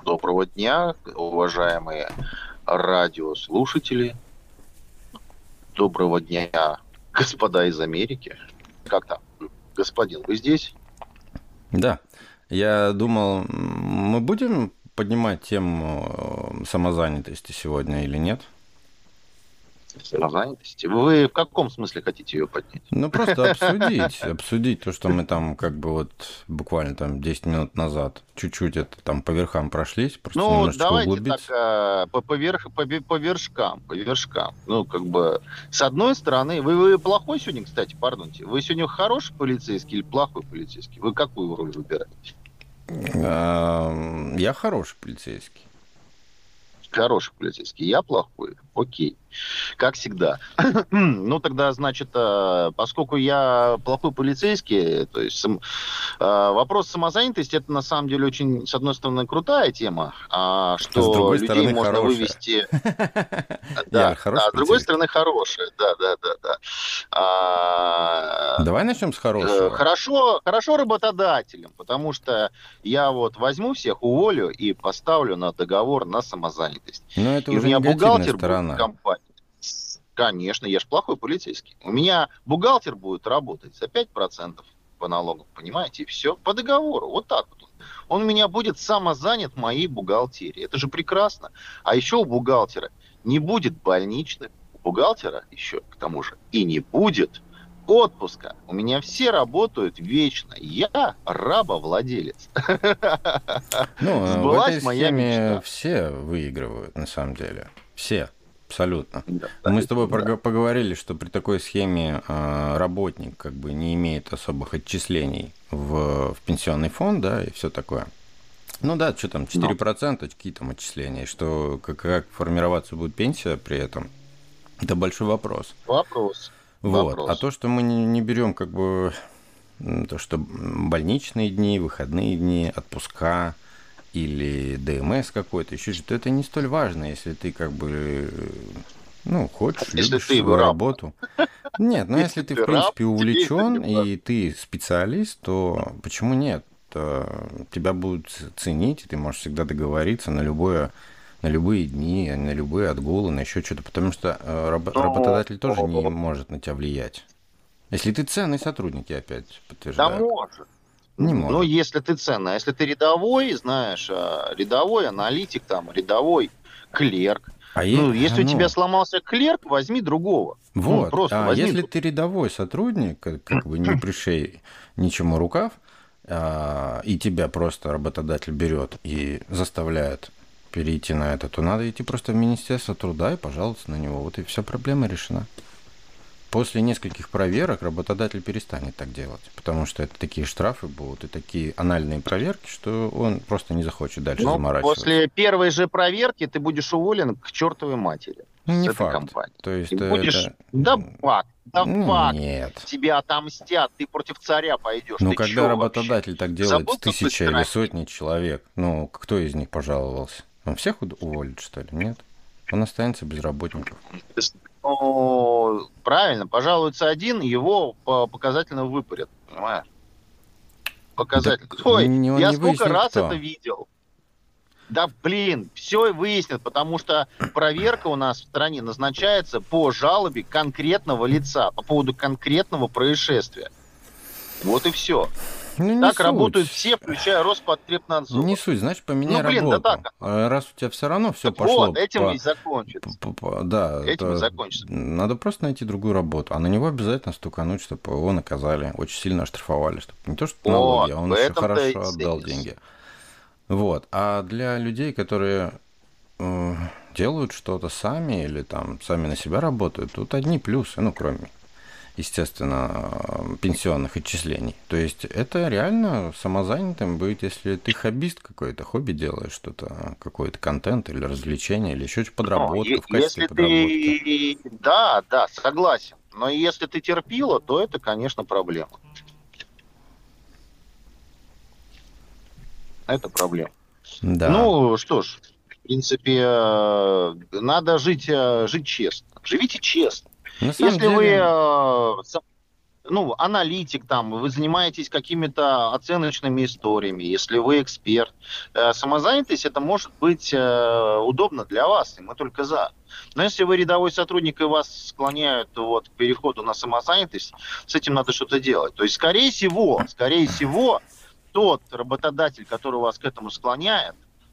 Доброго дня, уважаемые радиослушатели. Доброго дня, господа из Америки. Как там? Господин, вы здесь? Да, я думал, мы будем поднимать тему самозанятости сегодня или нет? Самозанятости. Вы в каком смысле хотите ее поднять? Ну, просто обсудить то, что мы там как бы вот буквально там 10 минут назад чуть-чуть это там по верхам прошлись, просто Ну, немножечко давайте так, углубиться. по вершкам, по вершкам. Ну, как бы, с одной стороны, вы плохой сегодня, кстати, пардонте, вы сегодня хороший полицейский или плохой полицейский? Вы какую роль выбираете? Я хороший полицейский. Хороший полицейский, я плохой. Окей. Как всегда. Ну, тогда, значит, поскольку я плохой полицейский, то есть вопрос самозанятости, это на самом деле очень, с одной стороны, крутая тема, А с что другой людей стороны, можно хорошая. вывести, Я да, хороший а с другой полицейский. стороны, хорошая, да, да, да, да. Давай начнем с хорошего. Хорошо, хорошо работодателям, потому что я вот возьму всех, уволю и поставлю на договор на самозанятость. Но это И у уже меня негативная бухгалтер будет в сторона. компании. Конечно, я же плохой полицейский. У меня бухгалтер будет работать за 5% по налогам, понимаете, и все. По договору, вот так вот. Он у меня будет самозанят в моей бухгалтерии. Это же прекрасно. А еще у бухгалтера не будет больничных. У бухгалтера еще, к тому же, и не будет отпуска. У меня все работают вечно. Я рабовладелец. Ну, в этой Сбылась моя схеме мечта. все выигрывают, на самом деле. Все, абсолютно. Да, Мы с тобой да. поговорили, что при такой схеме работник как бы не имеет особых отчислений в пенсионный фонд, да, и все такое. Ну да, что там, Но 4% какие там отчисления, что как формироваться будет пенсия при этом, это большой вопрос. вопрос. Вот. А Вопрос. то, что мы не берем как бы то, что больничные дни, выходные дни, отпуска или ДМС какой-то, еще что-то, это не столь важно, если ты как бы, ну, хочешь, Если любишь ты свою раб, работу. Нет, но если если ты, в ты раб, принципе, тебе это не увлечен важно. и ты специалист, то почему нет? Тебя будут ценить, и ты можешь всегда договориться на любые дни, на любые отгулы, на еще что-то, потому что Ну, работодатель тоже не может на тебя влиять. Если ты ценный сотрудник, я опять да подтверждаю, может. не Ну, может. если ты ценный. А если ты рядовой, знаешь, рядовой аналитик, там, рядовой клерк. Ну, если у тебя Ну, сломался клерк, возьми другого. Ну, вот. просто А возьми если другого. ты рядовой сотрудник, как бы не пришей ничему рукав, и тебя просто работодатель берет и заставляет перейти на это, то надо идти просто в Министерство труда и пожаловаться на него. Вот и вся проблема решена. После нескольких проверок работодатель перестанет так делать, потому что это такие штрафы будут и такие анальные проверки, что он просто не захочет дальше Ну, заморачиваться. после первой же проверки ты будешь уволен к чертовой матери Ну, с не этой факт. компании. То И есть будешь... это... Да факт, да факт. Нет. Тебе отомстят, ты против царя пойдешь. Но Ты когда чё вообще? работодатель так делает с Забыл, какой тысячей или стране? сотней человек, ну, кто из них пожаловался? Он всех уволит, что ли? Нет. Он останется без работников. Ну, правильно, пожалуется один, его показательно выпарят, понимаешь? Так Показательно. Ой, он я не сколько выяснит, раз это кто. видел. Да, блин, все выяснят, потому что проверка у нас в стране назначается по жалобе конкретного лица, по поводу конкретного происшествия. Вот и все. Ну, не Так суть. работают все, включая Не Роспотребнадзор. суть, значит, поменяй Ну, блин, да работу. так. А раз у тебя все равно все Так вот, пошло этим и закончится. да, Этим и это закончится. надо просто найти другую работу. А на него обязательно стукануть, чтобы его наказали, очень сильно оштрафовали, чтобы не то, что налоги, Вот, а в он еще этом-то и хорошо отдал ценится. деньги. Вот. А для людей, которые э, делают что-то сами или там сами на себя работают, тут одни плюсы, ну, кроме, естественно, пенсионных отчислений. То есть это реально самозанятым быть, если ты хоббист какой-то, хобби делаешь что-то, какой-то контент или развлечение, или еще что-то, Ну, подработка, в качестве если подработки. ты... Да, да, согласен. Но если ты терпила, то это, конечно, проблема. Это проблема. Да. Ну, что ж, в принципе, надо жить честно. Живите честно. На самом Если вы... деле, ну, аналитик там, вы занимаетесь какими-то оценочными историями, если вы эксперт, самозанятость это может быть удобно для вас, и мы только за. Но если вы рядовой сотрудник и вас склоняют вот, к переходу на самозанятость, с этим надо что-то делать. То есть, скорее всего, тот работодатель, который вас к этому склоняет,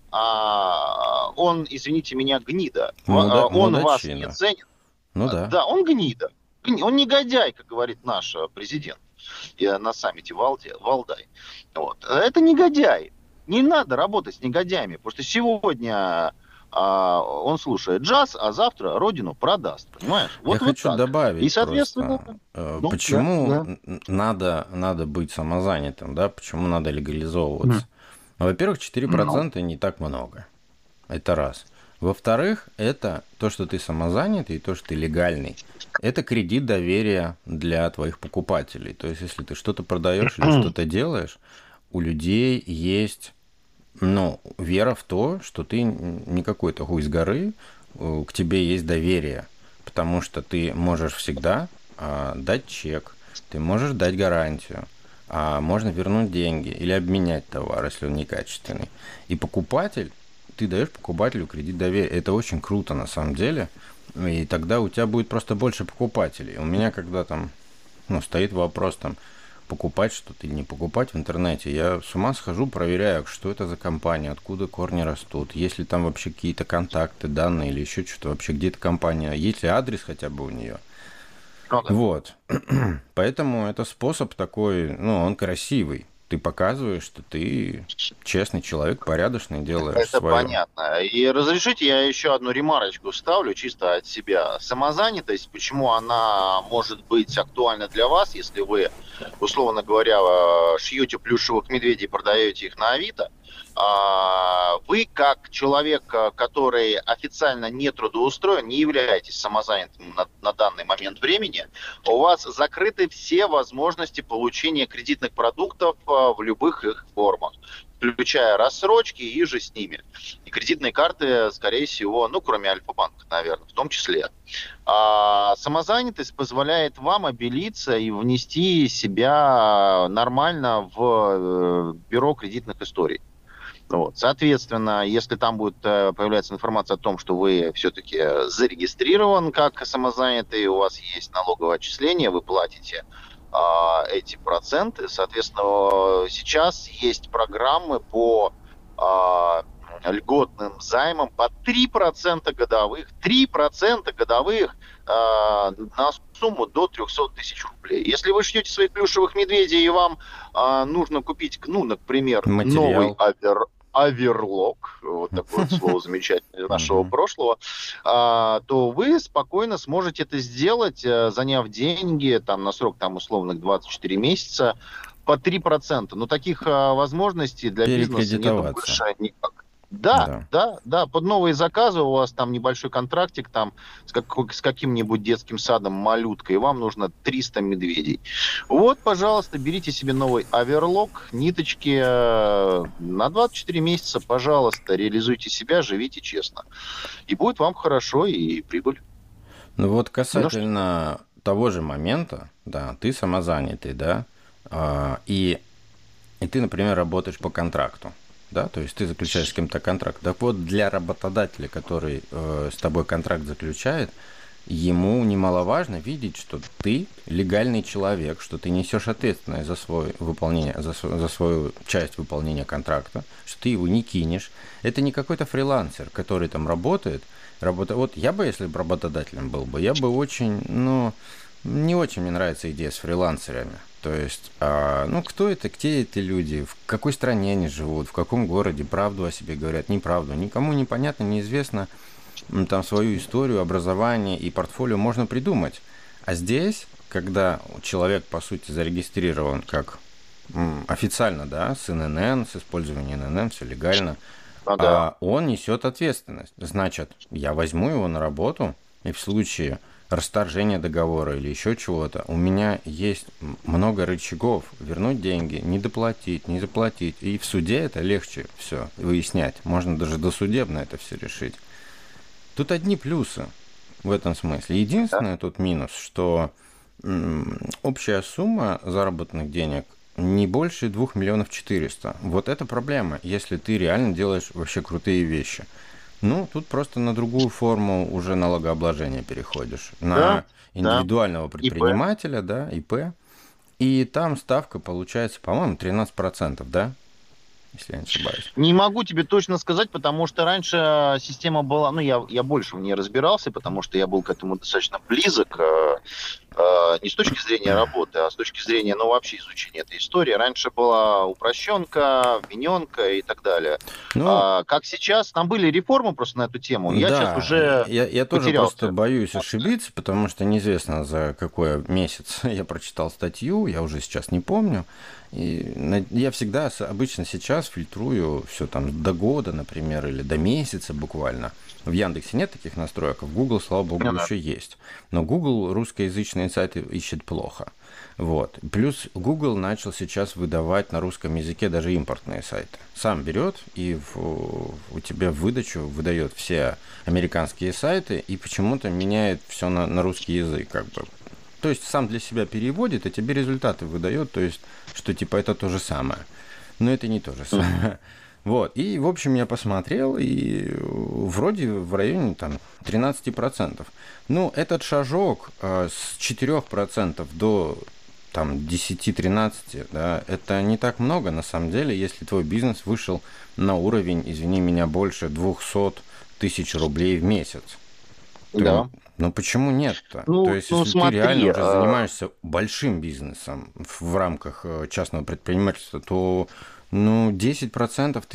он, извините меня, гнида. Он вас не Мудачина. ценит. Ну да. Да, он гнида. Он негодяй, как говорит наш президент на саммите Валдай. Вот. Это негодяй. Не надо работать с негодяями, потому что сегодня он слушает джаз, а завтра родину продаст. Понимаешь? Я хочу так. добавить И, соответственно, просто, почему надо быть самозанятым, да, почему надо легализовываться. Во-первых, 4% не так много. Это раз. Во-вторых, это то, что ты самозанятый, и то, что ты легальный. Это кредит доверия для твоих покупателей. То есть, если ты что-то продаешь или что-то делаешь, у людей есть, вера в то, что ты не какой-то хуй с горы, к тебе есть доверие. Потому что ты можешь всегда дать чек, ты можешь дать гарантию, можно вернуть деньги или обменять товар, если он некачественный. И ты даешь покупателю кредит доверия. Это очень круто на самом деле. И тогда у тебя будет просто больше покупателей. У меня когда там стоит вопрос покупать что-то или не покупать в интернете, я с ума схожу, проверяю, что это за компания, откуда корни растут, есть ли там вообще какие-то контакты, данные или еще что-то, вообще где эта компания, есть ли адрес хотя бы у нее. Вот. Поэтому это способ такой, он красивый. Ты показываешь, что ты честный человек, порядочный, делаешь это свое. понятно. И разрешите, я еще одну ремарочку вставлю чисто от себя. Самозанятость, почему она может быть актуальна для вас, если вы, условно говоря, шьете плюшевых медведей, продаете их на Авито, вы, как человек, который официально не трудоустроен, не являетесь самозанятым на данный момент времени, у вас закрыты все возможности получения кредитных продуктов в любых их формах, включая рассрочки и же с ними. И кредитные карты, скорее всего, кроме Альфа-банка, наверное, в том числе. Самозанятость позволяет вам обелиться и внести себя нормально в бюро кредитных историй. Вот. Соответственно, если там будет появляться информация о том, что вы все-таки зарегистрирован как самозанятый, у вас есть налоговое отчисление, вы платите эти проценты. Соответственно, сейчас есть программы по льготным займам по 3% годовых. 3% годовых на сумму до 300 тысяч рублей. Если вы шьете своих плюшевых медведей и вам нужно купить, например, материал. новый оверлок, вот такое слово замечательное из нашего прошлого, то вы спокойно сможете это сделать, заняв деньги на срок условных 24 месяца по 3%. Но таких возможностей для бизнеса нет больше никак. Да, под новые заказы у вас небольшой контрактик с каким-нибудь детским садом малюткой, и вам нужно 300 медведей. Вот, пожалуйста, берите себе новый оверлок, ниточки на 24 месяца, пожалуйста, реализуйте себя, живите честно. И будет вам хорошо и прибыль. Касательно того же момента, да, ты самозанятый, да, и ты, например, работаешь по контракту. Да, то есть ты заключаешь с кем-то контракт. Так вот, для работодателя, который с тобой контракт заключает, ему немаловажно видеть, что ты легальный человек, что ты несешь ответственность за свою часть выполнения контракта, что ты его не кинешь. Это не какой-то фрилансер, который работает. Вот я бы, если бы работодателем был бы, я бы очень, не очень мне нравится идея с фрилансерами. То есть, кто это, где эти люди, в какой стране они живут, в каком городе, правду о себе говорят, неправду. Никому непонятно, неизвестно, свою историю, образование и портфолио можно придумать. А здесь, когда человек, по сути, зарегистрирован как официально, да, с ИНН, с использованием ИНН, все легально, он несет ответственность. Значит, я возьму его на работу, и в случае расторжения договора или еще чего-то, у меня есть много рычагов вернуть деньги, не доплатить, не заплатить. И в суде это легче все выяснять. Можно даже досудебно это все решить. Тут одни плюсы в этом смысле. Единственное тут минус, что общая сумма заработанных денег не больше 2 400 000. Вот это проблема, если ты реально делаешь вообще крутые вещи. Ну, тут просто на другую форму уже налогообложения переходишь. Да, На да, индивидуального ИП. предпринимателя, да, ИП. И там ставка получается, по-моему, 13%, да? Если я не ошибаюсь. Не могу тебе точно сказать, потому что раньше система была, ну, я больше в ней разбирался, потому что я был к этому достаточно близок, не с точки зрения работы, а с точки зрения, ну, вообще изучения этой истории. Раньше была упрощенка, вмененка и так далее. Ну, Как сейчас, там были реформы просто на эту тему, я сейчас да, уже я тоже просто потерялся. боюсь ошибиться, потому что неизвестно, за какой месяц я прочитал статью, я уже сейчас не помню. И я всегда, обычно сейчас фильтрую все там до года, например, или до месяца буквально. В Яндексе нет таких настроек, а в Google, слава богу, Ну да. еще есть. Но Google русскоязычные сайты ищет плохо. Вот. Плюс Google начал сейчас выдавать на русском языке даже импортные сайты. Сам берет и у тебя в выдачу выдает все американские сайты и почему-то меняет все на русский язык, как бы. То есть сам для себя переводит, и тебе результаты выдает, то есть, что типа это то же самое. Но это не то же самое. Вот, и, в общем, я посмотрел, и вроде в районе там 13%. Ну, этот шажок с 4% до там 10-13, да, это не так много, на самом деле, если твой бизнес вышел на уровень, извини меня, больше 200 000 рублей в месяц. То, Да. ну почему нет-то? То Ну, есть, ну если ты реально смотри, уже занимаешься большим бизнесом в рамках частного предпринимательства, то ну, 10%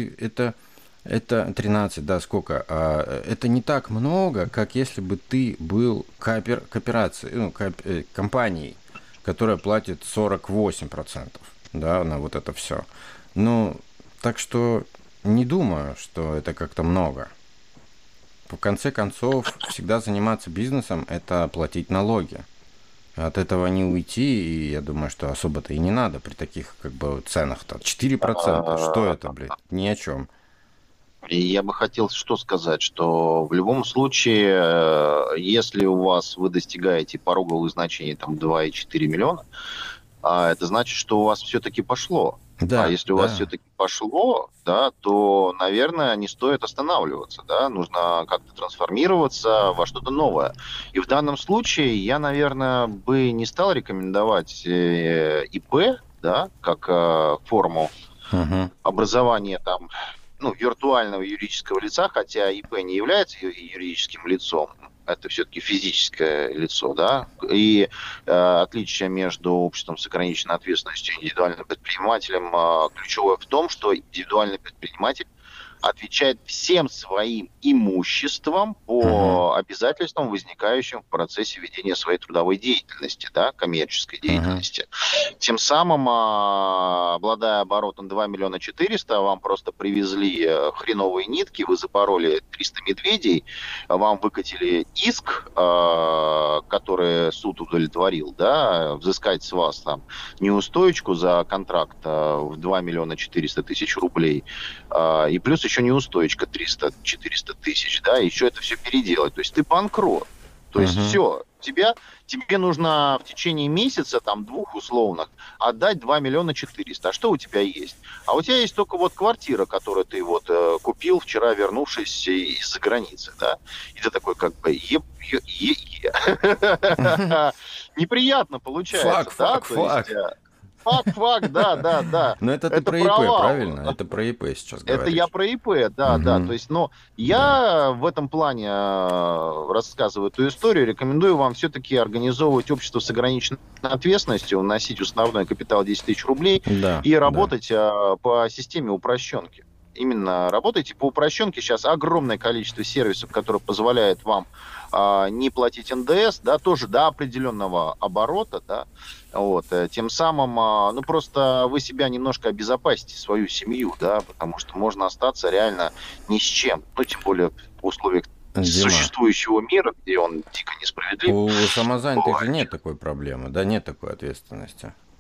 это 13, да, сколько? Это не так много, как если бы ты был кооперацией, ну, компанией, которая платит 48%, да, на вот это все. Ну, так что не думаю, что это как-то много. В конце концов, всегда заниматься бизнесом – это платить налоги. От этого не уйти, и я думаю, что особо-то и не надо при таких как бы ценах-то. 4%, что а, это, блядь, ни о чем. и я бы хотел что сказать, что в любом случае, если у вас вы достигаете пороговых значений там 2,4 миллиона, это значит, что у вас все-таки пошло. А Да, если у вас да. все-таки пошло, да, то, наверное, не стоит останавливаться, да, нужно как-то трансформироваться во что-то новое. И в данном случае я, наверное, бы не стал рекомендовать ИП, да, как форму Угу, образования там, ну, виртуального юридического лица, хотя ИП не является юридическим лицом, это все-таки физическое лицо, да, и отличие между обществом с ограниченной ответственностью и индивидуальным предпринимателем ключевое в том, что индивидуальный предприниматель отвечает всем своим имуществом угу, по обязательствам, возникающим в процессе ведения своей трудовой деятельности, да, коммерческой угу, деятельности. Тем самым, обладая оборотом 2 400 000, вам просто привезли хреновые нитки, вы запороли 300 медведей, вам выкатили иск, который суд удовлетворил, да, взыскать с вас там неустойку за контракт в 2 400 000 рублей, и плюс еще неустойка 300-400 тысяч, да, еще это все переделать. То есть ты банкрот. То есть угу. все, тебе нужно в течение месяца, там, двух условных, отдать 2 400 000. А что у тебя есть? А у тебя есть только вот квартира, которую ты вот купил вчера, вернувшись из-за границы, да? И ты такой как бы неприятно получается, Фак, да? фак, То есть фак. фак, да, да, да. Но это ты Это про ИП, провал. правильно? Это про ИП сейчас Это я говоришь. про ИП, да, да. То Угу, есть, но да. я в этом плане рассказываю эту историю. Рекомендую вам все-таки организовывать общество с ограниченной ответственностью, вносить уставной капитал 10 тысяч рублей Да, и да. работать по системе упрощенки. Именно работайте по упрощенке. Сейчас огромное количество сервисов, которые позволяют вам не платить НДС, да, тоже до определенного оборота, да, вот, тем самым, ну, просто вы себя немножко обезопасите, свою семью, да, потому что можно остаться реально ни с чем, ну, тем более в условиях Дима, существующего мира, где он дико несправедлив. у самозанятых же Бывает. нет такой проблемы, да, нет такой ответственности.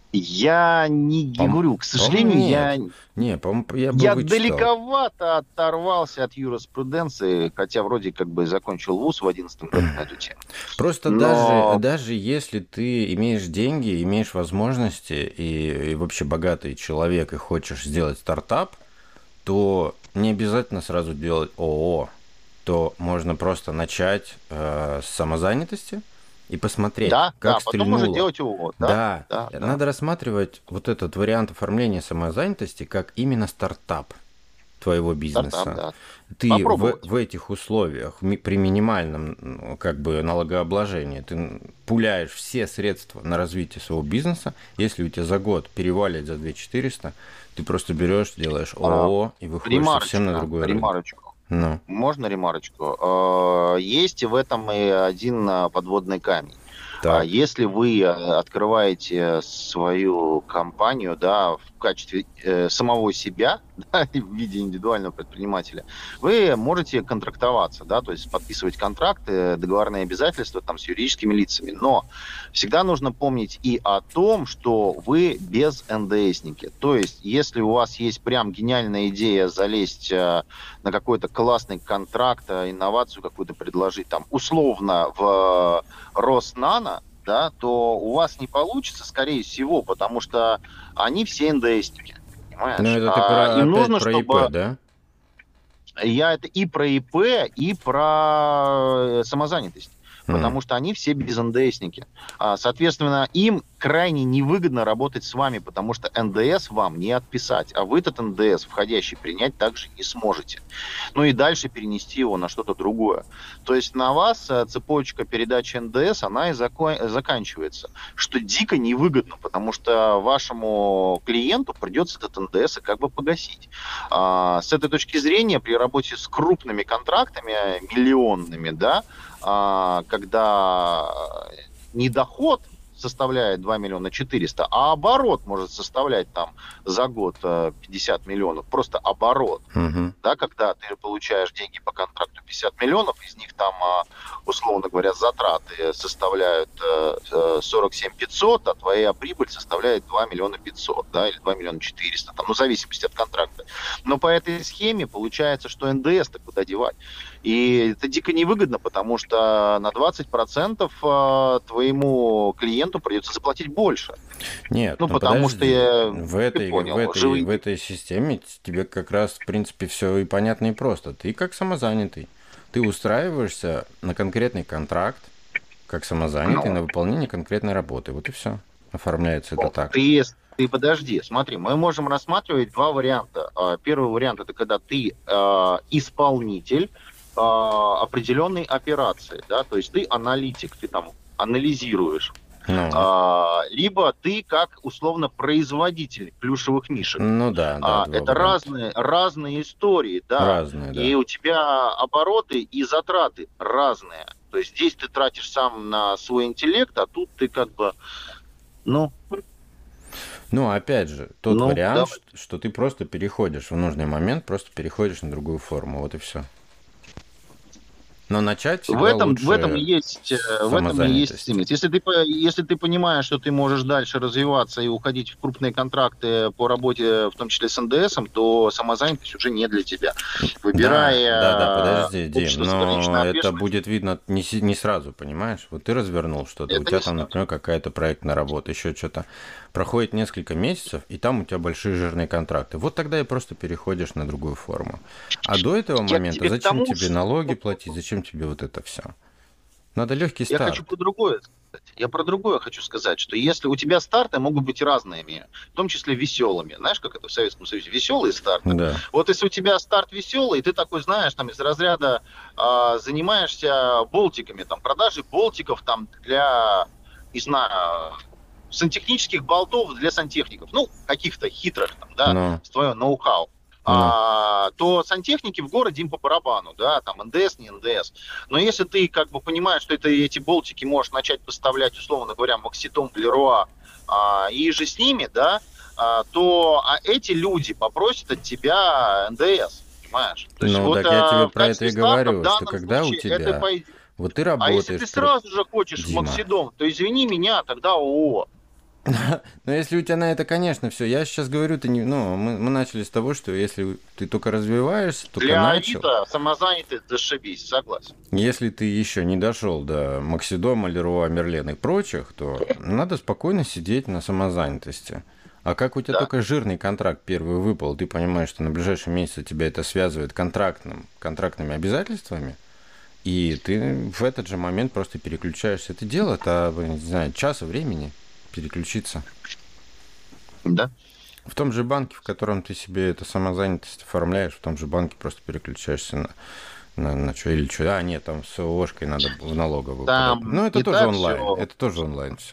Я не говорю, к По-моему, сожалению, нет. Не, по-моему, я бы я вычитал. далековато оторвался от юриспруденции, хотя вроде как бы закончил вуз в 2011 году на эту тему. Просто Но даже если ты имеешь деньги, имеешь возможности и вообще богатый человек и хочешь сделать стартап, то не обязательно сразу делать ООО, то можно просто начать с самозанятости и посмотреть, да, как да, потом уже стрельнуло. делать ООО, да, Да, да, да. надо рассматривать вот этот вариант оформления самозанятости как именно стартап твоего Стартап, бизнеса. да. Ты Попробовать. в этих условиях, при минимальном как бы налогообложении, ты пуляешь все средства на развитие своего бизнеса. Если у тебя за год перевалит за 2400, ты просто берешь, делаешь А, ООО и выходишь совсем на ремарочка, другой рынок. ремарочку. Ну, Можно ремарочку? Есть в этом и один подводный камень. так. Если вы открываете свою компанию, да, в качестве самого себя, да, в виде индивидуального предпринимателя, вы можете контрактоваться, да, то есть подписывать контракты, договорные обязательства там с юридическими лицами. Но всегда нужно помнить и о том, что вы без НДСники. То есть, если у вас есть прям гениальная идея залезть на какой-то классный контракт, инновацию какую-то предложить, там, условно, в Роснано, да, то у вас не получится, скорее всего, потому что они все НДСники, Ну, понимаешь? это ты Им опять нужно, про ИП, чтобы да? я это и про ИП, и про самозанятость. М. Потому что они все без НДСники. Соответственно, им крайне невыгодно работать с вами, потому что НДС вам не отписать. А вы этот НДС входящий принять также не сможете. Ну и дальше перенести его на что-то другое. То есть на вас цепочка передачи НДС, она и заканчивается. Что дико невыгодно, потому что вашему клиенту придется этот НДС и как бы погасить. С этой точки зрения, при работе с крупными контрактами, миллионными, да, когда не доход составляет 2 миллиона 400, а оборот может составлять там за год 50 миллионов, просто оборот, Мгм. да, когда ты получаешь деньги по контракту 50 миллионов, из них там, условно говоря, затраты составляют 47 500, а твоя прибыль составляет 2 миллиона 500, да, или 2 миллиона 400, там, ну, в зависимости от контракта. Но по этой схеме получается, что НДС-то куда девать? И это дико невыгодно, потому что на 20% твоему клиенту придется заплатить больше. Нет, Ну, ну потому что, подожди. ты понял, живые... В этой системе тебе как раз, в принципе, все и понятно и просто. Ты как самозанятый. Ты устраиваешься на конкретный контракт, как самозанятый, Ну, на выполнение конкретной работы. Вот и все. Оформляется это так. ты подожди, смотри, мы можем рассматривать два варианта. Первый вариант это когда ты исполнитель определенной операции, да, то есть ты аналитик, ты там анализируешь. Ну, Либо ты как условно производитель плюшевых мишек. ну да, да, два Это варианта. разные истории, да. Разные, И да. у тебя обороты и затраты разные. То есть здесь ты тратишь сам на свой интеллект, а тут ты как бы, ну, Ну, опять же, тот да. вариант, что ты просто переходишь в нужный момент, просто переходишь на другую форму. Вот и все. Но начать всегда лучше с В этом и есть самозанятости. стимул. Если ты понимаешь, что ты можешь дальше развиваться и уходить в крупные контракты по работе, в том числе с НДСом, то самозанятость уже не для тебя. Да, Выбирая подожди, Дим, общество с но ограниченной это ответственностью, будет видно не сразу, понимаешь? Вот ты развернул что-то, у это тебя не там, сразу. например, какая-то проектная работа, еще что-то. Проходит несколько месяцев, и там у тебя большие жирные контракты. Вот тогда и просто переходишь на другую форму. А до этого Я к момента тебе к зачем тому, тебе налоги что платить, зачем тебе вот это все? Надо легкий я хочу старт. про другое сказать. Я про другое хочу сказать, что если у тебя старты могут быть разными, в том числе веселыми. Знаешь, как это в Советском Союзе? Веселые старты. Да. Вот если у тебя старт веселый, ты такой, знаешь, там из разряда занимаешься болтиками, там, продажей болтиков там для, не знаю, сантехнических болтов для сантехников, ну, каких-то хитрых, там, да, Но, с твоего ноу-хау, но. то сантехники в городе им по барабану, да, там НДС, не НДС. Но если ты как бы понимаешь, что эти болтики можешь начать поставлять, условно говоря, Макситон, Леруа, и же с ними, да, эти люди попросят от тебя НДС, понимаешь? То есть Ну, вот так я тебе в про это и качестве старта в говорю, что данном когда у случае это тебя... пойдет. Вот ты А если ты работаешь... сразу же хочешь в Дима, Максидом, то извини меня, тогда ООО. Но если у тебя на это, конечно, все. Я сейчас говорю, ты не, ну, мы начали с того, что если ты только развиваешься, только Для начал, Авито самозанятый зашибись, согласен. если ты еще не дошел до Максидома, Леруа, Мерлен и прочих, то надо спокойно сидеть на самозанятости. А как у тебя Да. только жирный контракт первый выпал, ты понимаешь, что на ближайший месяц тебя это связывает контрактными обязательствами, и ты в этот же момент просто переключаешься. Это дело, это, не знаю, часа времени переключиться. Да. В том же банке, в котором ты себе эту самозанятость оформляешь, в том же банке просто переключаешься на что или что. А, нет, там с ООшкой надо в налоговую подать. Там Ну, это не тоже так онлайн. все. Это тоже онлайн все.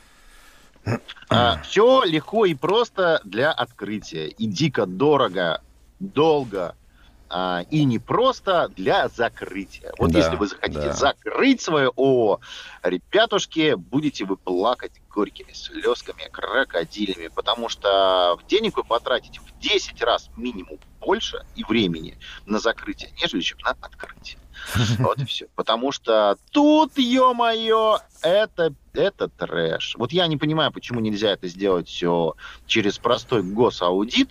Все легко и просто для открытия. И дико дорого, долго и не просто для закрытия. Вот если Да, вы захотите да. закрыть свое ООО, ребятушки, будете вы плакать горькими слезками, крокодилями, потому что денег вы потратите в 10 раз минимум больше и времени на закрытие, нежели чем на открытие. Вот и все. Потому что тут, ё-моё, это трэш. Вот я не понимаю, почему нельзя это сделать все через простой госаудит,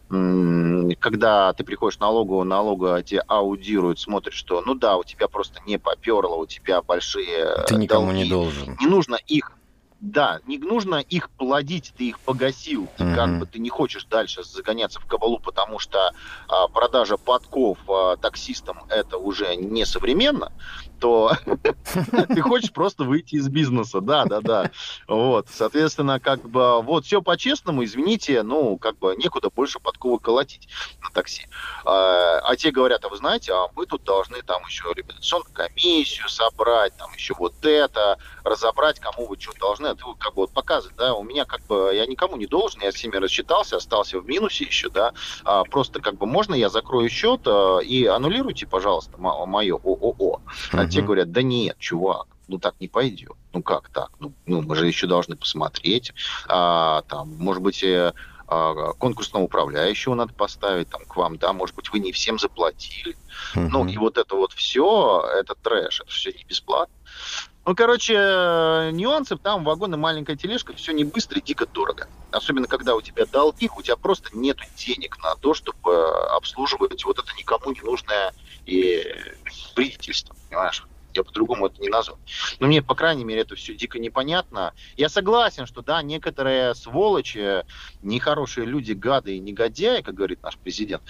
когда ты приходишь в налоговая тебя аудирует, смотрит, что, ну да, у тебя просто не поперло, у тебя большие Ты никому не долги, должен. не нужно их, да, не нужно их плодить, ты их погасил, и как бы Мгм. ты не хочешь дальше загоняться в кабалу, потому что продажа подков таксистам это уже не современно, то ты хочешь просто выйти из бизнеса, да. Вот, соответственно, как бы, вот, все по-честному, извините, ну, как бы, некуда больше подковы колотить на такси. А те говорят, а вы знаете, а мы тут должны там еще репутационную комиссию собрать, там еще вот это, разобрать, кому вы что должны, а ты вот как бы вот показывать, да, у меня как бы, я никому не должен, я с ними рассчитался, остался в минусе еще, да, просто как бы можно я закрою счет и аннулируйте, пожалуйста, мое ООО. А те Мгм. говорят, да нет, чувак, ну так не пойдет. Ну как так? Ну мы же еще должны посмотреть. Там, может быть, конкурсного управляющего надо поставить там, к вам, да, может быть, вы не всем заплатили. Ну и Мгм. вот это вот все, это трэш, это все не бесплатно. Ну, короче, нюансы, там вагон и маленькая тележка, все не быстро и дико дорого. Особенно, когда у тебя долги, у тебя просто нет денег на то, чтобы обслуживать вот это никому не нужное и вредительство, понимаешь? Я по-другому это не назвал. Но мне, по крайней мере, это все дико непонятно. Я согласен, что, да, некоторые сволочи, нехорошие люди, гады и негодяи, как говорит наш президент,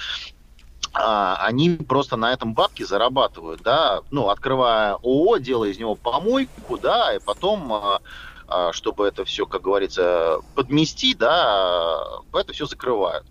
они просто на этом бабки зарабатывают, да, ну, открывая ООО, делая из него помойку, да, и потом, чтобы это все, как говорится, подмести, да, это все закрывают.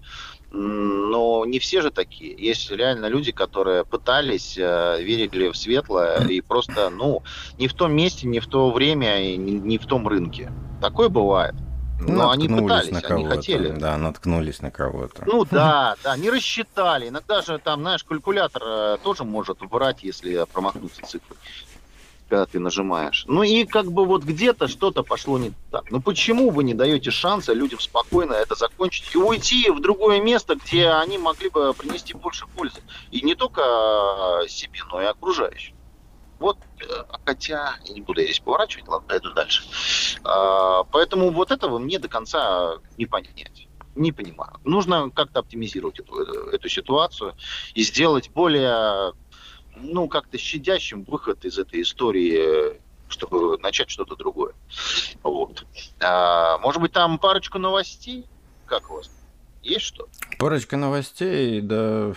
Но не все же такие. Есть реально люди, которые пытались, верили в светлое и просто, ну, не в том месте, не в то время и не в том рынке. Такое бывает. Но они Наткнулись на пытались, они кого-то. хотели. Да, наткнулись на кого-то. Ну да, не рассчитали. Иногда же там, знаешь, калькулятор тоже может врать, если промахнуться цифры, когда ты нажимаешь. Ну и как бы вот где-то что-то пошло не так. Ну почему вы не даете шанса людям спокойно это закончить и уйти в другое место, где они могли бы принести больше пользы? И не только себе, но и окружающим. Вот, хотя, я не буду я здесь поворачивать, ладно, пойду дальше. Поэтому вот этого мне до конца не понять. Не понимаю. Нужно как-то оптимизировать эту ситуацию и сделать более, ну, как-то щадящим выход из этой истории, чтобы начать что-то другое. Вот. Может быть, там парочку новостей? Как у вас? Есть что? Парочка новостей, да.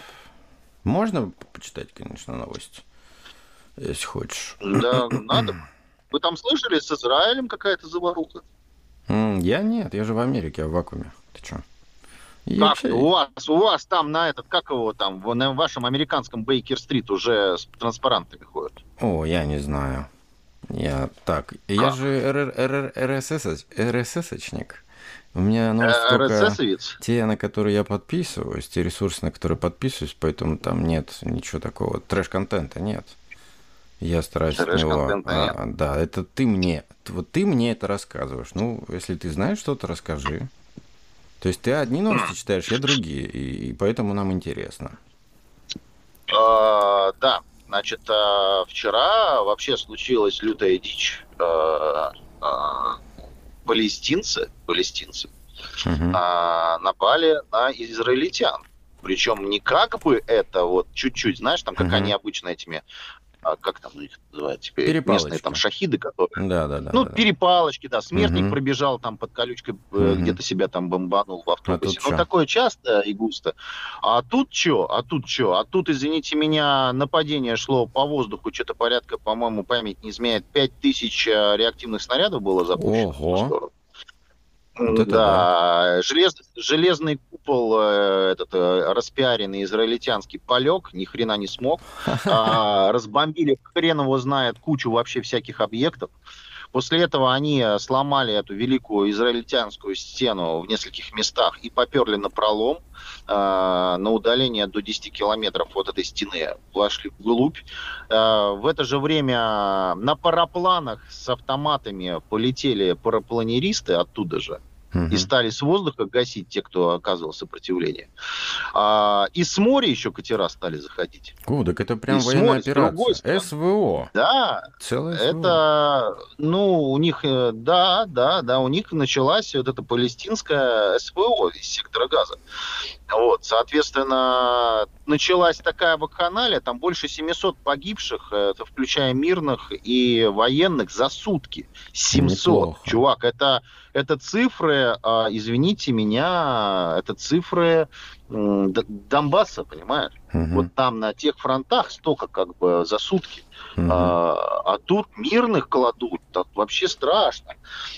Можно почитать, конечно, новости, если хочешь. Да, надо. Вы там слышали, с Израилем какая-то заваруха? Я нет, я же в Америке, я в вакууме. Ты чё? И Как вообще, у вас там на этот, как его там, на вашем американском Бейкер-стрит уже с транспарантами ходят? я не знаю. Я Как? же РСС-очник. У меня новости только РССовец? те, на которые я подписываюсь, те ресурсы, на которые подписываюсь, поэтому там нет ничего такого. Трэш-контента нет. Я стараюсь от него... Трэш-контента нет. Да, это вот ты мне это рассказываешь. Ну, если ты знаешь что-то, расскажи. То есть ты одни новости читаешь, я другие, и поэтому нам интересно. Да, значит, вчера вообще случилась лютая дичь. палестинцы Мгм. напали на израильтян. Причем не как бы это вот чуть-чуть, знаешь, там, как они обычно этими, как там их называют теперь, местные там Перепалочки. шахиды, которые... Да, да, да, Ну, да, да. перепалочки, да, смертник Мгм. пробежал там под колючкой, Мгм. где-то себя там бомбанул в А тут автобусе. Ну, что? такое часто и густо. А тут что? А тут что? А тут, извините меня, нападение шло по воздуху, что-то порядка, по-моему, память не изменяет, 5000 реактивных снарядов было запущено в ту Ого, сторону. вот это да. Да, железный купол, этот распиаренный израильтянский полег, ни хрена не смог. Разбомбили хрен его знает кучу вообще всяких объектов. После этого они сломали эту великую израильтянскую стену в нескольких местах и поперли на пролом, на удаление до 10 километров от этой стены, вошли вглубь. В это же время на парапланах с автоматами полетели парапланеристы оттуда же и Мгм. стали с воздуха гасить те, кто оказывал сопротивление. И с моря еще катера стали заходить. О, так это И прям с военная моря, с другой операция. стороны. СВО. Да, Целое СВО. это, ну, у них, да, у них началась вот эта палестинская СВО из сектора Газа. Вот, соответственно, началась такая вакханалия, там больше 700 погибших, это включая мирных и военных, за сутки. 700. Неплохо. Чувак, это цифры, извините меня, это цифры Донбасса, понимаешь? Мгм. Вот там на тех фронтах столько как бы за сутки. Мгм. А тут мирных кладут, так вообще страшно.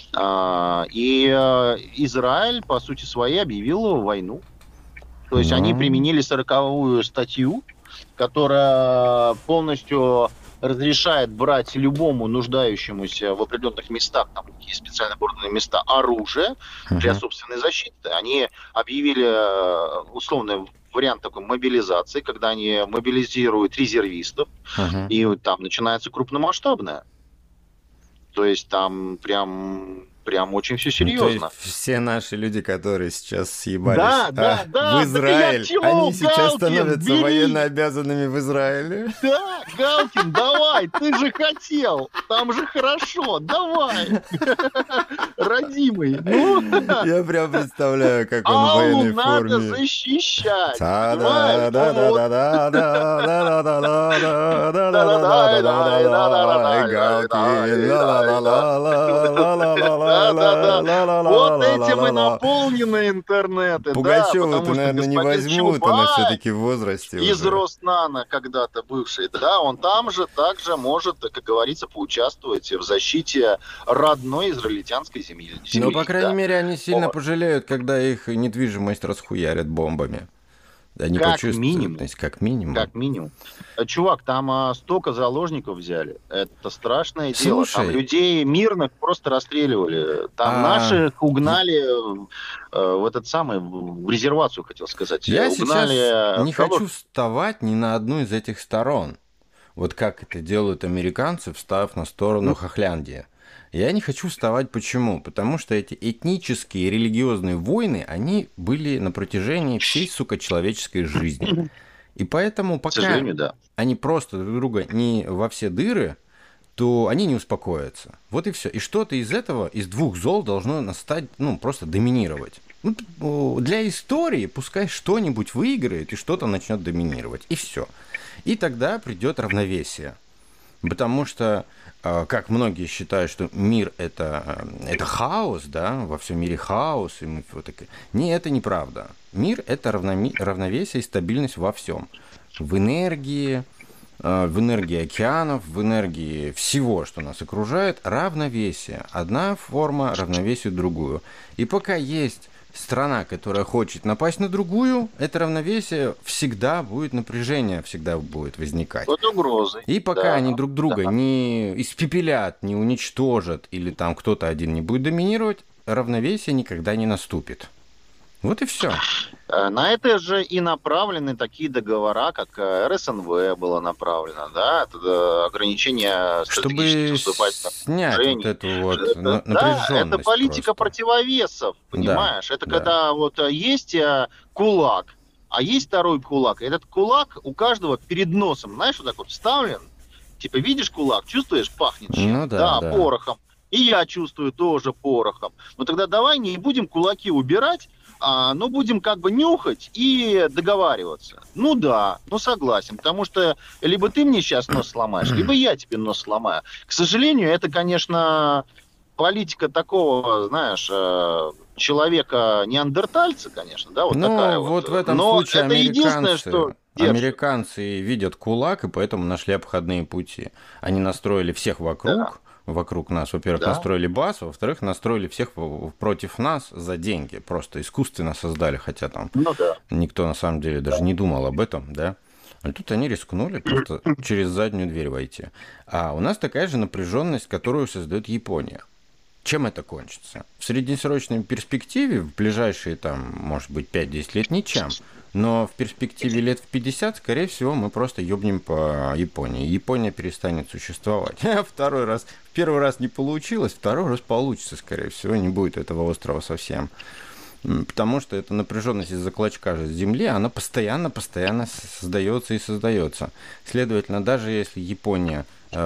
И Израиль, по сути своей, объявил войну. То есть они Ну, применили 40-ю статью, которая полностью разрешает брать любому нуждающемуся в определенных местах, там есть специально оборудованные места, оружие для мгм. собственной защиты. Они объявили условный вариант такой мобилизации, когда они мобилизируют резервистов, Мгм. и там начинается крупномасштабное. То есть там прям очень все Ну, то есть серьезно. все наши люди, которые сейчас съебались Да, в да, так я к Израиль, чему, они сейчас Галкин, становятся военно бери! обязанными в Израиле. Да, Галкин, давай, ты же хотел, там же хорошо, давай, родимый. Ну, Я прям представляю, как он в Аллу военной надо форме. защищать, понимаешь? Ну вот, Ай, Галкин, да-да-да, вот этим и ла-ла-ла-ла-ла-ла-ла-ла-ла-ла-ла. наполнены интернеты, да, Пугачеву-то, потому что наверное, не господин возьмут, она Чубайс все-таки в возрасте из уже. Роснана когда-то бывший, да, он там же также может, как говорится, поучаствовать в защите родной израильтянской земли, Но, по крайней да. мере, они сильно Вот. пожалеют, когда их недвижимость расхуярят бомбами. Они Как почувствуют, то минимум, есть как минимум. как минимум. Чувак, там столько заложников взяли. Это страшное дело. Там Слушай, людей мирных просто расстреливали. Там наших угнали в этот самый, в резервацию, хотел сказать. я сейчас Угнали не хочу вставать ни на одну из этих сторон. Вот как это делают американцы, встав на сторону Хохляндии. Я не хочу вставать. Почему? Потому что эти этнические и религиозные войны, они были на протяжении всей, сука, человеческой жизни. И поэтому, к пока сожалению, да. они просто друг друга не во все дыры, то они не успокоятся. Вот и все. И что-то из этого, из двух зол должно настать, ну, просто доминировать. Ну, для истории пускай что-нибудь выиграет и что-то начнет доминировать. И все. И тогда придет равновесие. Потому что, как многие считают, что мир это хаос, да, во всем мире хаос, и мы вот такие. Не, это неправда. Мир это равновесие и стабильность во всем. В энергии океанов, в энергии всего, что нас окружает, равновесие. Одна форма равновесию другую. И пока есть страна, которая хочет напасть на другую, это равновесие всегда будет, напряжение всегда будет возникать. Под угрозой. И пока Да, они друг друга не испепелят, не уничтожат, или там кто-то один не будет доминировать, равновесие никогда не наступит. Вот и все. На это же и направлены такие договора, как РСНВ было направлено, да, это ограничение Чтобы стратегических вступательных снять вот отношений. эту вот Да, напряженность. это политика просто. противовесов, понимаешь? Это да. когда вот есть кулак, а есть второй кулак. И этот кулак у каждого перед носом, знаешь, вот так вот вставлен. Типа видишь кулак, чувствуешь, пахнет чем-то, Ну да. порохом. И я чувствую тоже порохом. Но тогда давай не будем кулаки убирать, но будем как бы нюхать и договариваться. Ну да, ну согласен, потому что либо ты мне сейчас нос сломаешь, либо я тебе нос сломаю. К сожалению, это, конечно, политика такого, знаешь, человека-неандертальца, конечно, да, вот такая Ну, вот вот. в этом Но случае это единственное, что держит. американцы видят кулак, и поэтому нашли обходные пути. Они настроили всех Да, вокруг нас. Во-первых, да, настроили базу, во-вторых, настроили всех против нас за деньги. Просто искусственно создали, хотя там ну да. никто на самом деле даже не думал об этом, да. А тут они рискнули просто через заднюю дверь войти. А у нас такая же напряженность, которую создает Япония. Чем это кончится? В среднесрочной перспективе, в ближайшие, там, может быть, 5-10 лет ничем. Но в перспективе лет в 50, скорее всего, мы просто ёбнем по Японии. Япония перестанет существовать. Второй раз. В первый раз не получилось, второй раз получится, скорее всего. Не будет этого острова совсем. Потому что эта напряженность из-за клочка же земли, она постоянно создается и создается. Следовательно, даже если Япония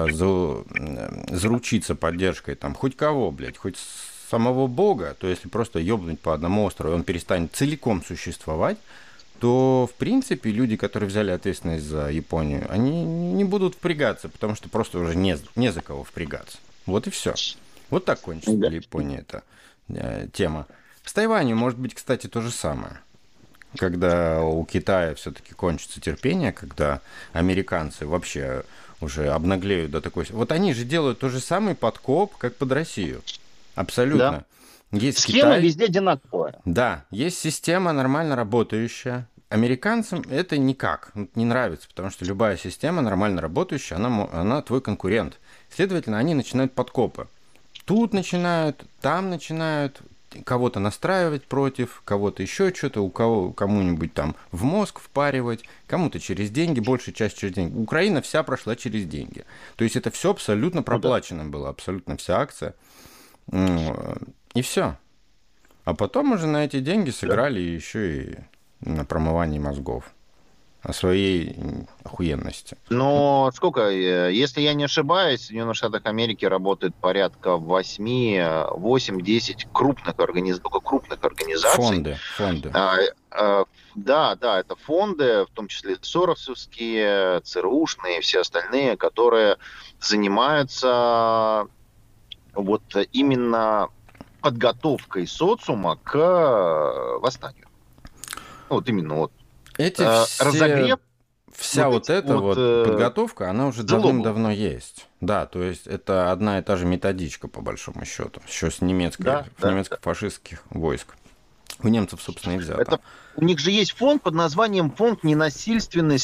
заручиться поддержкой там хоть кого, блядь, хоть самого Бога, то если просто ёбнуть по одному острову, он перестанет целиком существовать, то, в принципе, люди, которые взяли ответственность за Японию, они не будут впрягаться, потому что просто уже не за кого впрягаться. Вот и все. Вот так кончится для Японии эта тема. С Тайванем может быть, кстати, то же самое. Когда у Китая все-таки кончится терпение, когда американцы вообще уже обнаглеют до такой... Вот они же делают тот же самый подкоп, как под Россию. Абсолютно. Да. Есть Схема Китай... везде одинаковая. Да, есть система нормально работающая. Американцам это никак не нравится, потому что любая система нормально работающая, она твой конкурент. Следовательно, они начинают подкопы. Тут начинают, там начинают... кого-то настраивать против, кого-то еще что-то, кому-нибудь там в мозг впаривать, кому-то через деньги, большая часть через деньги. Украина вся прошла через деньги. То есть это все абсолютно проплачено было, абсолютно вся акция. И все. А потом уже на эти деньги сыграли еще и на промывании мозгов о своей охуенности. Но сколько, если я не ошибаюсь, в Соединенных Штатах Америки работает порядка 8-10 крупных организаций. Фонды. Да, это фонды, в том числе соросовские, ЦРУшные и все остальные, которые занимаются вот именно подготовкой социума к восстанию. Вот именно вот. Разогрев. Вся вот эта подготовка, она уже давным-давно есть. Да, то есть это одна и та же методичка, по большому счету, еще с немецко-фашистских войск. У немцев, собственно, и взято. У них же есть фонд под названием фонд ненасильственного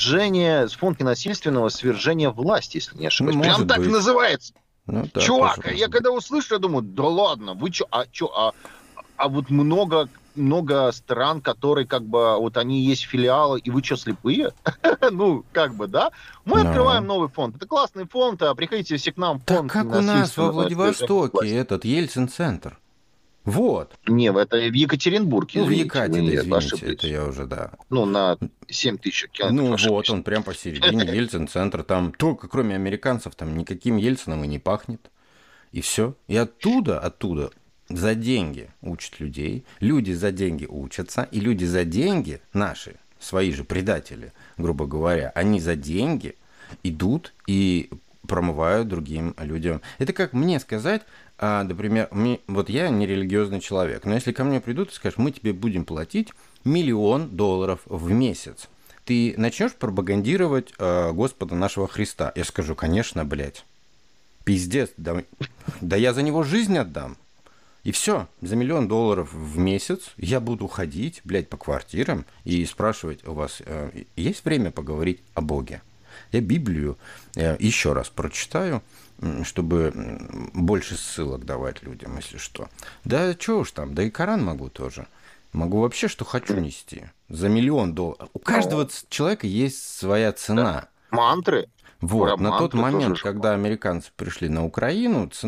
свержения власти, если не ошибаюсь. Ну, прям так и называется. Ну, да, чувак, я когда услышу, я думаю, да ладно, вы что, а вот много стран, которые как бы, вот они есть филиалы, и вы что, слепые? Ну, как бы, да? Мы открываем новый фонд. Это классный фонд, приходите все к нам в фонд. Так как у нас во Владивостоке этот Ельцин-центр. Вот. Не, это в Екатеринбурге, в Екатеринбурге, извините, это я уже, да. Ну, на 7 тысяч километров. Ну, вот он прям посередине, Ельцин-центр. Там только кроме американцев там никаким Ельцином и не пахнет. И все. И оттуда за деньги учат людей, люди за деньги учатся, и люди за деньги, наши, свои же предатели, грубо говоря, они за деньги идут и промывают другим людям. Это как мне сказать, например, вот я не религиозный человек, но если ко мне придут и скажут, мы тебе будем платить $1 миллион в месяц, ты начнешь пропагандировать Господа нашего Христа? Я скажу, конечно, блядь, пиздец, да я за него жизнь отдам. И все, за $1 миллион в месяц я буду ходить, блядь, по квартирам и спрашивать, у вас есть время поговорить о Боге? Я Библию еще раз прочитаю, чтобы больше ссылок давать людям, если что. Да что уж там, да и Коран могу тоже. Могу вообще, что хочу нести. За $1 миллион. У каждого человека есть своя цена. Мантры. Вот, на тот момент, когда американцы пришли на Украину, цена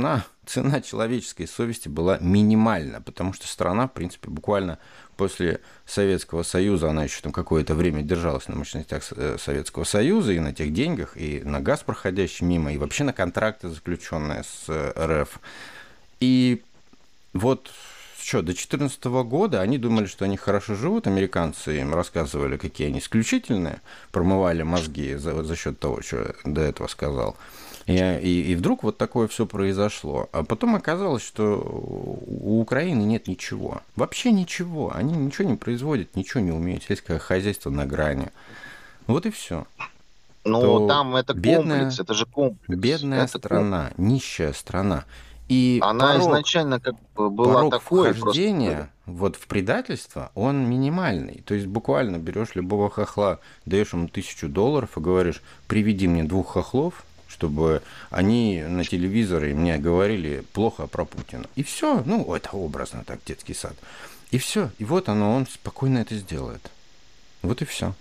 цена человеческой совести была минимальна, потому что страна, в принципе, буквально после Советского Союза, она еще там какое-то время держалась на мощностях Советского Союза и на тех деньгах, и на газ, проходящий мимо, и вообще на контракты, заключенные с РФ. И вот что, до 2014 года они думали, что они хорошо живут, американцы им рассказывали, какие они исключительные, промывали мозги за счет того, что я до этого сказал. И вдруг вот такое все произошло. А потом оказалось, что у Украины нет ничего. Вообще ничего. Они ничего не производят, ничего не умеют. Сельское хозяйство на грани. Вот и все. Ну, там это комплекс, это же комплекс. Бедная это страна, нищая страна. И она изначально как бы была порог такой вхождения просто... вот в предательство, он минимальный. То есть буквально берешь любого хохла, даешь ему $1000 и говоришь, приведи мне 2 хохлов, чтобы они на телевизоре мне говорили плохо про Путина. И все, ну, это образно так, детский сад. И все, и вот он спокойно это сделает. Вот и все.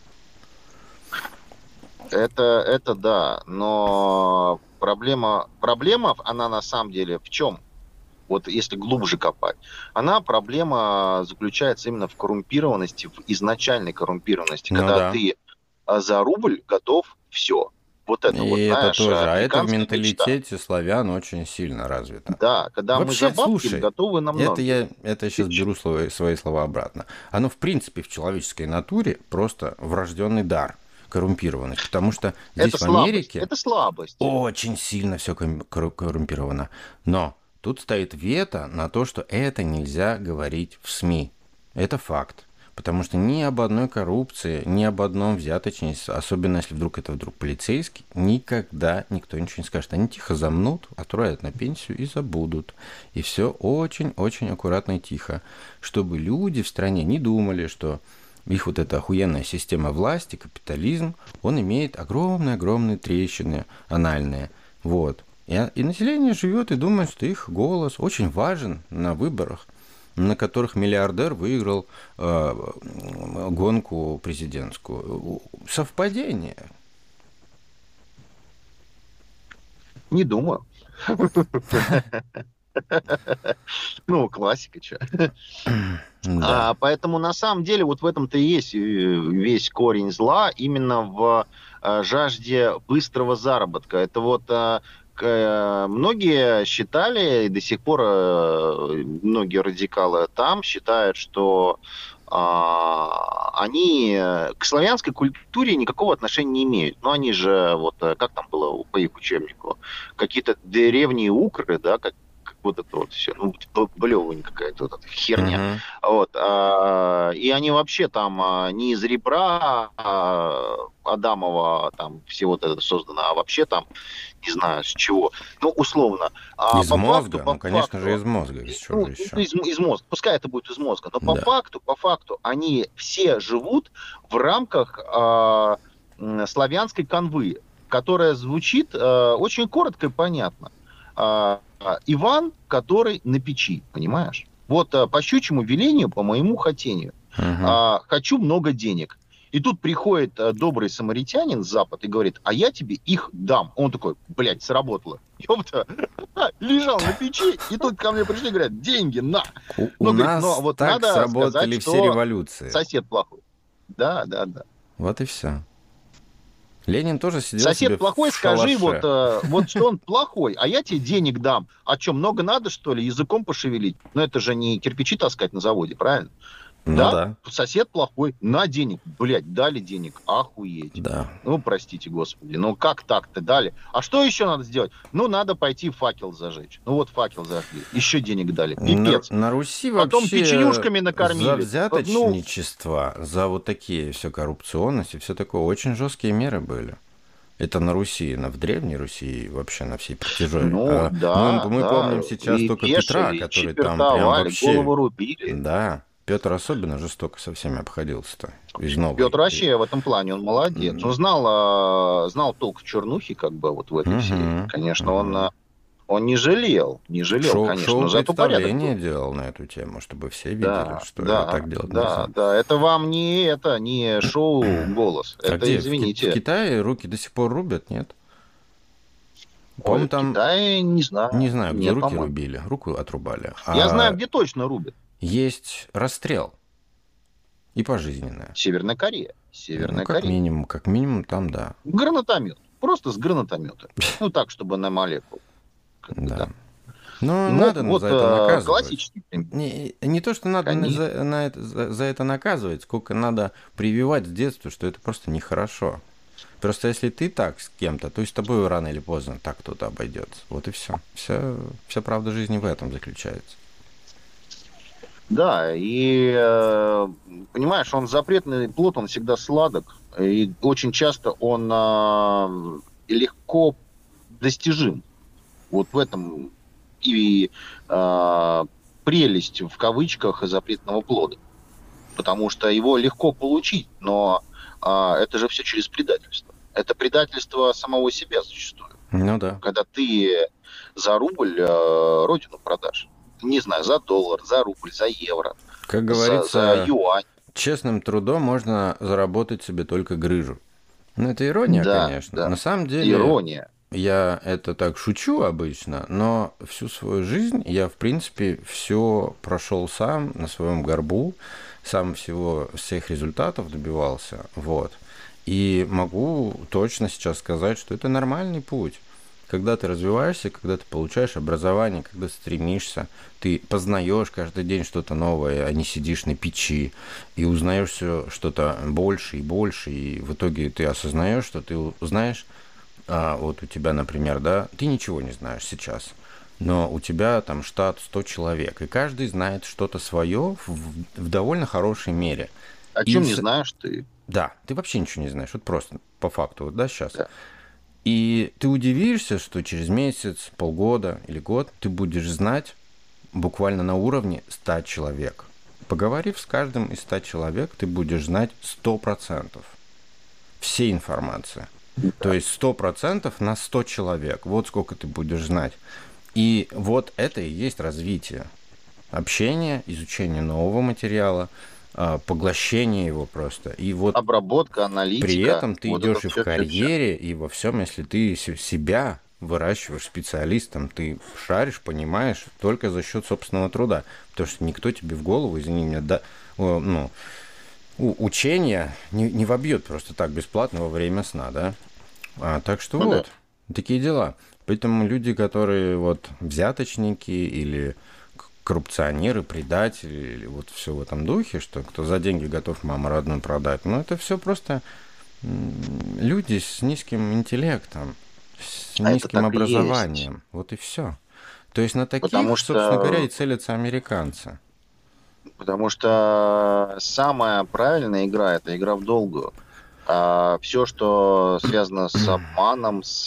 Это да, но проблема, она на самом деле в чем? Вот если глубже копать, проблема заключается именно в коррумпированности, в изначальной коррумпированности, когда ты за рубль готов все. Вот это и вот, это знаешь, тоже, а это в менталитете мечта. славян очень сильно развито. Да, когда Вообще, мы за бабки слушай, готовы на многое. это сейчас беру свои слова обратно. Оно, в принципе, в человеческой натуре просто врожденный дар, коррумпированность. Потому что здесь в Америке это слабость. очень сильно все коррумпировано. Но тут стоит вето на то, что это нельзя говорить в СМИ. Это факт. Потому что ни об одной коррупции, ни об одном взяточничестве, особенно если это вдруг полицейский, никогда никто ничего не скажет. Они тихо замнут, отправят на пенсию и забудут. И все очень-очень аккуратно и тихо. Чтобы люди в стране не думали, что их вот эта охуенная система власти, капитализм, он имеет огромные-огромные трещины анальные. Вот. И население живет и думает, что их голос очень важен на выборах, на которых миллиардер выиграл гонку президентскую. Совпадение. Не думаю. Ну, классика, что. Поэтому на самом деле вот в этом-то и есть весь корень зла, именно в жажде быстрого заработка. Это вот многие считали, и до сих пор многие радикалы там считают, что они к славянской культуре никакого отношения не имеют. Но они же, вот как там было по их учебнику, какие-то древние укры, да, как вот это вот все, ну, блевань какая-то вот эта херня. Вот, и они вообще там не из ребра Адамова там все вот это создано, а вообще там не знаю с чего. Ну, условно. Из мозга? Ну, конечно же, из мозга. Из чего еще? Из мозга. Пускай это будет из мозга. Но по факту, они все живут в рамках славянской канвы, которая звучит очень коротко и понятно. Иван, который на печи, понимаешь? Вот по щучьему велению, по моему хотению. Хочу много денег. И тут приходит добрый самаритянин с Запада и говорит, а я тебе их дам. Он такой, блядь, сработало. Ёпта, лежал на печи, и тут ко мне пришли и говорят, деньги, на. У нас вот так надо сработали сказать, все революции. Сосед плохой. Да. Вот и все. Ленин тоже сидел сосед себе плохой, в скажи, шалаше. вот что он плохой, а я тебе денег дам. А что, много надо, что ли, языком пошевелить? Ну, это же не кирпичи таскать на заводе, правильно? Ну да. Сосед плохой, на денег, блядь, дали денег, охуеть. Да. Ну, простите, господи, ну как так-то дали? А что еще надо сделать? Ну, надо пойти факел зажечь. Ну, вот факел зажгли, еще денег дали, пипец. На Руси потом вообще печенюшками накормили. За взяточничество, за вот такие все коррупционности, все такое, очень жесткие меры были. Это на Руси, в Древней Руси, вообще на всей протяжении. Ну, мы помним сейчас и только вешали, Петра, который там прям вообще... голову рубили. Да, Петр особенно жестоко со всеми обходился-то. Из новой. Петр вообще в этом плане, он молодец. Он знал толк в чернухе, как бы, вот в этой всей. Конечно, он не жалел, конечно. Шоу зато представление делал на эту тему, чтобы все видели, что так делать нельзя. Да, это вам не шоу «Голос». Это, где? извините. В Китае руки до сих пор рубят, нет? По-моему, Ой, в там, Китае не знаю. не знаю, где Нет, руки по-моему. рубили, руку отрубали, Я знаю, а где точно рубят. есть расстрел и пожизненное. Северная Корея. Ну, Северная Корея. как минимум там, да. Гранатомет. Просто с гранатомета. Ну, так, чтобы на молекулу. Как бы, Да. да. Но Ну, надо вот за это наказывать. классический пример. Не то, что надо Конечно. за это наказывать, сколько надо прививать с детства, что это просто нехорошо. Просто если ты так с кем-то, то и с тобой рано или поздно так кто-то обойдется. Вот и все. Вся правда жизни в этом заключается. Да, и понимаешь, он запретный плод, он всегда сладок, и очень часто он легко достижим. Вот в этом и прелесть в кавычках запретного плода, потому что его легко получить, но это же все через предательство. Это предательство самого себя зачастую. Ну да. Когда ты за рубль родину продашь. Не знаю, за доллар, за рубль, за евро, Как за говорится, юань. честным трудом можно заработать себе только грыжу. Ну, это ирония, Да, конечно. да. На самом деле, Ирония. я это так шучу обычно, но всю свою жизнь я, в принципе, все прошел сам на своем горбу, сам всех результатов добивался, вот. И могу точно сейчас сказать, что это нормальный путь. Когда ты развиваешься, когда ты получаешь образование, когда стремишься, ты познаешь каждый день что-то новое, а не сидишь на печи и узнаешь все что-то больше и больше, и в итоге ты осознаешь, что ты узнаешь, вот у тебя, например, да, ты ничего не знаешь сейчас, но у тебя там штат 100 человек, и каждый знает что-то свое в довольно хорошей мере. О И чем не знаешь ты? да, ты вообще ничего не знаешь, вот просто по факту, вот, да, сейчас. Да. И ты удивишься, что через месяц, полгода или год ты будешь знать буквально на уровне 100 человек. Поговорив с каждым из 100 человек, ты будешь знать 100% всей информации. То есть 100% на 100 человек. Вот сколько ты будешь знать. И вот это и есть развитие. Общение, изучение нового материала, поглощение его просто. И вот Обработка, при аналитика. этом ты Вот это идешь и в все. карьере, и во всем, если ты себя выращиваешь специалистом, ты шаришь, понимаешь только за счет собственного труда. Потому что никто тебе в голову, извини меня, ну, учение не вобьет просто так бесплатно во время сна, да? Так что Ну да. вот, такие дела. Поэтому люди, которые вот взяточники или коррупционеры, предатели, или вот все в этом духе, что кто за деньги готов маму родную продать, ну это все просто люди с низким интеллектом, с А это низким так и есть. образованием. Вот и все. То есть на Потому таких, собственно говоря, и что, целятся американцы. потому что самая правильная игра — это игра в долгую. А все, что связано с обманом, с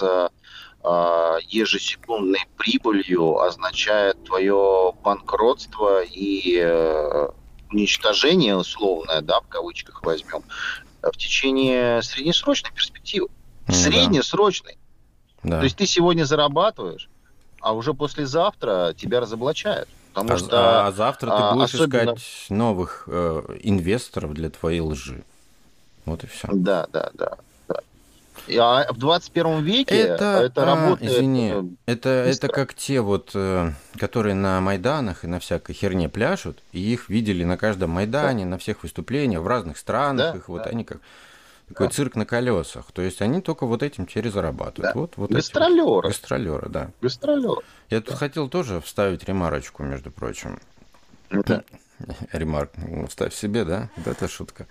ежесекундной прибылью, означает твое банкротство и уничтожение условное, да, в кавычках возьмем, в течение среднесрочной перспективы. Ну да, Среднесрочной. То да. есть ты сегодня зарабатываешь, а уже послезавтра тебя разоблачают. Потому А, что завтра ты будешь особенно... искать новых инвесторов для твоей лжи. Вот и все. Да, да, да. Да. А в 21 веке Это, это работает извини, это быстро. как те вот, которые на Майданах и на всякой херне пляшут, и их видели на каждом Да, Майдане, на всех выступлениях, в разных странах, да, их вот да, они как такой да, цирк на колесах. То есть они только вот этим теперь зарабатывают. да. Вот эти вот Гастролеры. гастролеры, да. Гастролеры. Я тут Да. хотел тоже вставить ремарочку, между прочим. Да. Ремарк, вставь себе, да? Вот это шутка.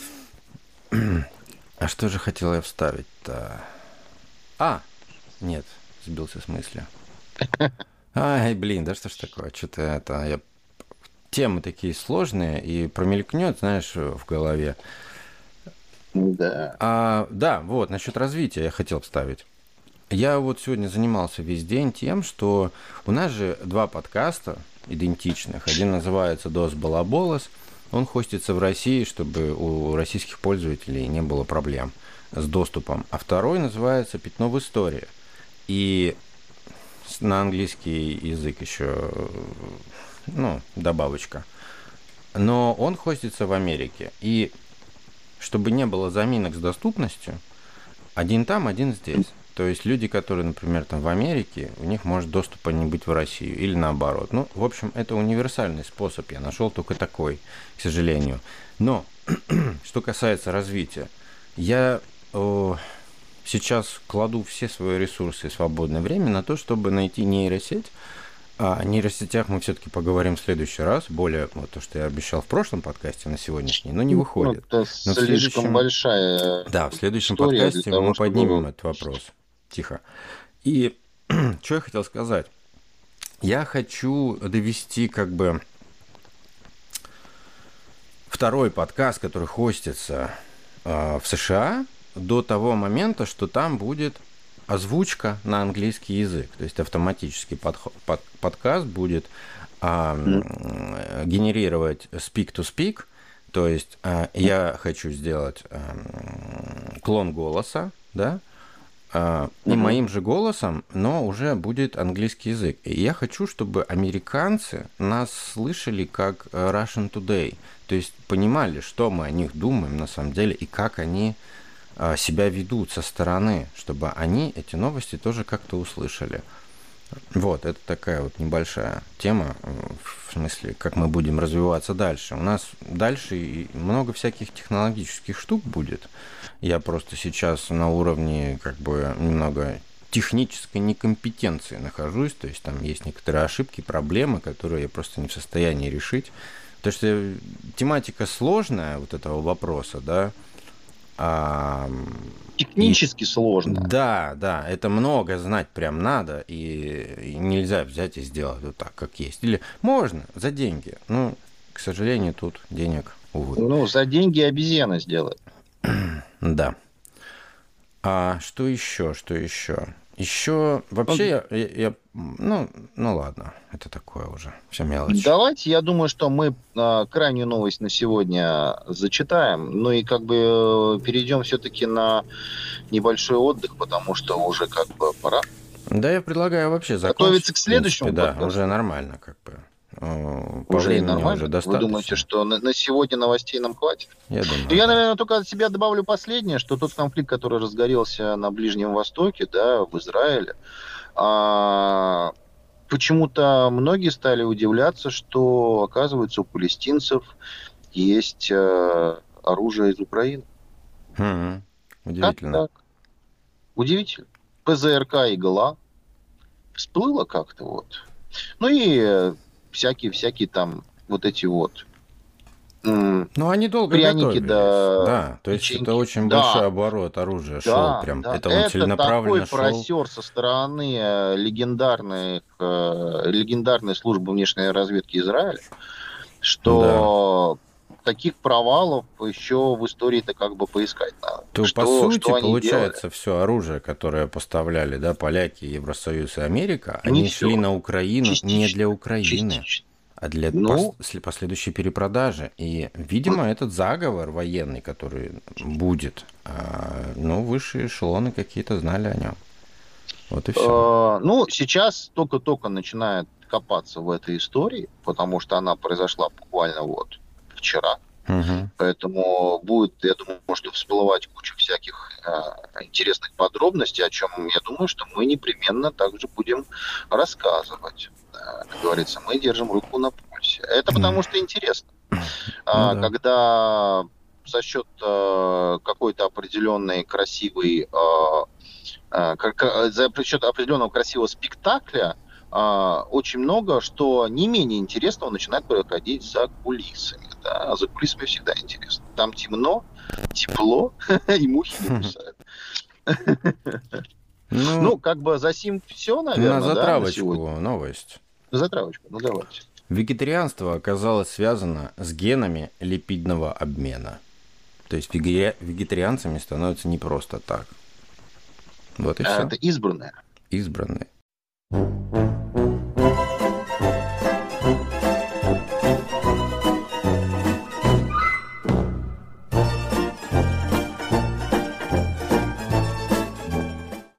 А что же хотел я вставить-то? Нет, сбился с мысли. Ай, блин, да что ж такое? Что-то это... Темы такие сложные, и промелькнет, знаешь, в голове. Да. Да, вот, насчет развития я хотел вставить. Я вот сегодня занимался весь день тем, что у нас же два подкаста идентичных. Один называется «Дос Балаболос». Он хостится в России, чтобы у российских пользователей не было проблем с доступом. А второй называется «Пятно в истории». И на английский язык еще, ну, добавочка. Но он хостится в Америке. И чтобы не было заминок с доступностью, один там, один здесь. То есть люди, которые, например, там в Америке, у них может доступа не быть в Россию или наоборот. Ну, в общем, это универсальный способ. Я нашел только такой, к сожалению. Но что касается развития, я сейчас кладу все свои ресурсы и свободное время на то, чтобы найти нейросеть. О нейросетях мы все-таки поговорим в следующий раз. Более вот то, что я обещал в прошлом подкасте на сегодняшний, но не выходит. Это Но слишком большая да, в следующем история подкасте для того, мы чтобы... поднимем этот вопрос. Тихо. И что я хотел сказать? Я хочу довести как бы второй подкаст, который хостится в США, до того момента, что там будет озвучка на английский язык. То есть автоматически подкаст будет генерировать speak-to-speak. То есть я хочу сделать клон голоса, да, и моим же голосом, но уже будет английский язык. И я хочу, чтобы американцы нас слышали как Russian Today. То есть понимали, что мы о них думаем на самом деле и как они себя ведут со стороны, чтобы они эти новости тоже как-то услышали. Вот, это такая вот небольшая тема, в смысле, как мы будем развиваться дальше. У нас дальше много всяких технологических штук будет. Я просто сейчас на уровне как бы немного технической некомпетенции нахожусь, то есть там есть некоторые ошибки, проблемы, которые я просто не в состоянии решить. Потому что тематика сложная вот этого вопроса, да, технически сложно. Да, да, это много знать прям надо, и нельзя взять и сделать вот так, как есть. Или можно за деньги, но, к сожалению, тут денег, увы. Ну, за деньги обезьяна сделает. Да. А что еще, что еще? Еще вообще ну ладно, это такое уже, все мелочь. Давайте, я думаю, что мы крайнюю новость на сегодня зачитаем, ну и как бы перейдем все-таки на небольшой отдых, потому что уже как бы пора. Да, я предлагаю вообще закончить. Готовиться к следующему подкасту. Да, уже нормально как бы. По уже времени нормально? Уже достаточно. Вы думаете, что на сегодня новостей нам хватит? Я думаю. Я, наверное, только от себя добавлю последнее, что тот конфликт, который разгорелся на Ближнем Востоке, да, в Израиле, почему-то многие стали удивляться, что, оказывается, у палестинцев есть оружие из Украины. Удивительно. Как так? Удивительно. ПЗРК «Игла» всплыло как-то вот. Ну и всякие там вот эти вот ну, они долго пряники, да, то есть это очень большой оборот оружия шел прям. Да. Это он целенаправленно такой просер со стороны легендарной службы внешней разведки Израиля, что таких провалов еще в истории-то как бы поискать надо. То, по сути, получается, все оружие, которое поставляли, да, поляки, Евросоюз и Америка, они шли на Украину не для Украины, а для последующей перепродажи. И, видимо, этот заговор военный, который будет, высшие эшелоны какие-то знали о нем. Вот и все. Сейчас только-только начинает копаться в этой истории, потому что она произошла буквально вот вчера. Поэтому будет, я думаю, что всплывать куча всяких интересных подробностей, о чем, я думаю, что мы непременно также будем рассказывать. Как говорится, мы держим руку на пульсе. Это потому что интересно. Когда за счет какой-то определенной красивой, за счет определенного красивого спектакля очень много, что не менее интересного начинает происходить за кулисами. Да? А за кулисами всегда интересно. Там темно, тепло, и мухи не кусают. Как бы за сим все, наверное, на затравочку новость. На затравочку, давайте. Вегетарианство оказалось связано с генами липидного обмена. То есть вегетарианцами становятся не просто так. Вот и все. Это избранные. Избранные.